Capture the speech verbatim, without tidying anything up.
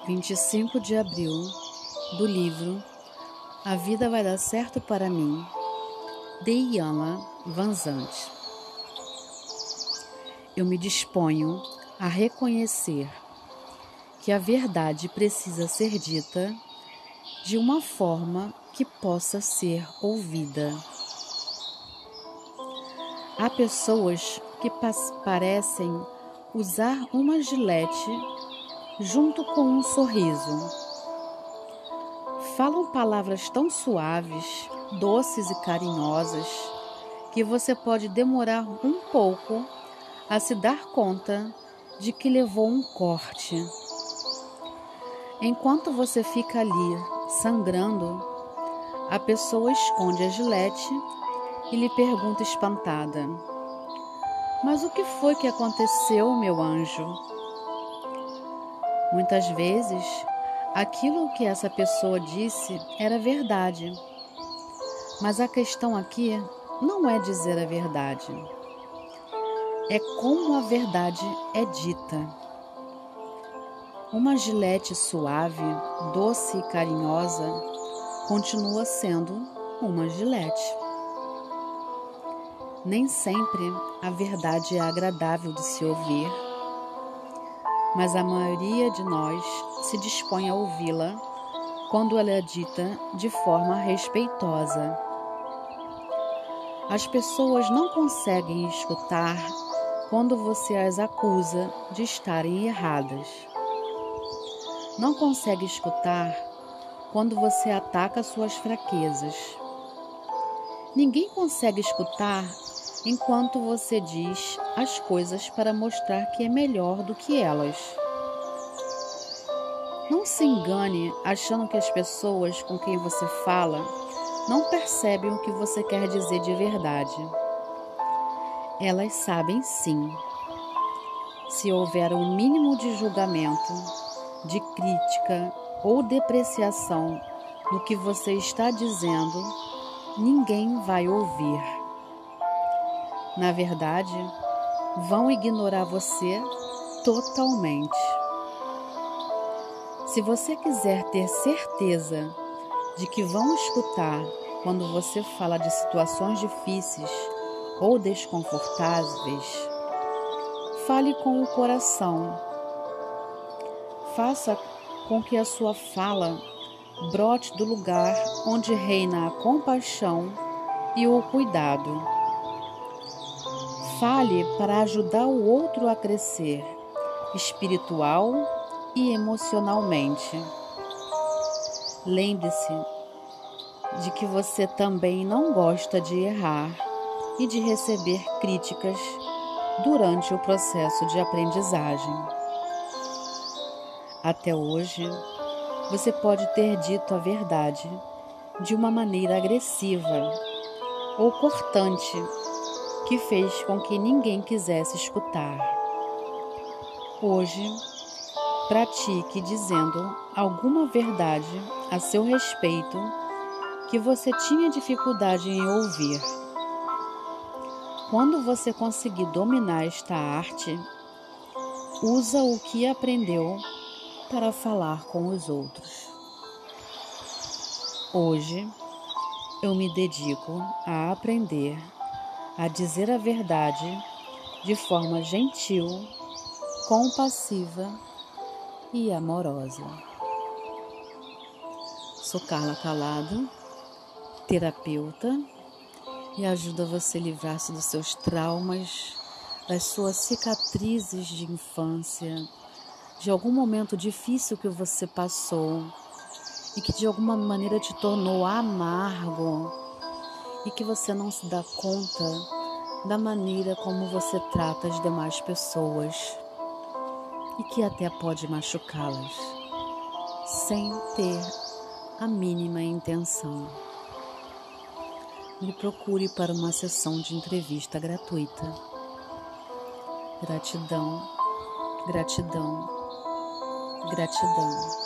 vinte e cinco de abril, do livro A Vida Vai Dar Certo para Mim, de Iyanla Vanzant. Eu me disponho a reconhecer que a verdade precisa ser dita de uma forma que possa ser ouvida. Há pessoas que parecem usar uma gilete junto com um sorriso. Falam palavras tão suaves, doces e carinhosas que você pode demorar um pouco a se dar conta de que levou um corte. Enquanto você fica ali sangrando, a pessoa esconde a gilete e lhe pergunta espantada: "Mas o que foi que aconteceu, meu anjo?" Muitas vezes, aquilo que essa pessoa disse era verdade. Mas a questão aqui não é dizer a verdade. É como a verdade é dita. Uma gilete suave, doce e carinhosa continua sendo uma gilete. Nem sempre a verdade é agradável de se ouvir, mas a maioria de nós se dispõe a ouvi-la quando ela é dita de forma respeitosa. As pessoas não conseguem escutar quando você as acusa de estarem erradas. Não consegue escutar quando você ataca suas fraquezas. Ninguém consegue escutar enquanto você diz as coisas para mostrar que é melhor do que elas. Não se engane achando que as pessoas com quem você fala não percebem o que você quer dizer de verdade. Elas sabem sim. Se houver um mínimo de julgamento, de crítica ou depreciação no que você está dizendo, ninguém vai ouvir. Na verdade, vão ignorar você totalmente. Se você quiser ter certeza de que vão escutar quando você fala de situações difíceis ou desconfortáveis, fale com o coração. Faça com que a sua fala brote do lugar onde reina a compaixão e o cuidado. Fale para ajudar o outro a crescer, espiritual e emocionalmente. Lembre-se de que você também não gosta de errar e de receber críticas durante o processo de aprendizagem. Até hoje, você pode ter dito a verdade de uma maneira agressiva ou cortante, que fez com que ninguém quisesse escutar. Hoje, pratique dizendo alguma verdade a seu respeito que você tinha dificuldade em ouvir. Quando você conseguir dominar esta arte, usa o que aprendeu para falar com os outros. Hoje, eu me dedico a aprender a dizer a verdade de forma gentil, compassiva e amorosa. Sou Carla Calado, terapeuta, e ajudo você a livrar-se dos seus traumas, das suas cicatrizes de infância, de algum momento difícil que você passou e que de alguma maneira te tornou amargo e que você não se dá conta da maneira como você trata as demais pessoas e que até pode machucá-las sem ter a mínima intenção. Me procure para uma sessão de entrevista gratuita. Gratidão, gratidão, gratidão.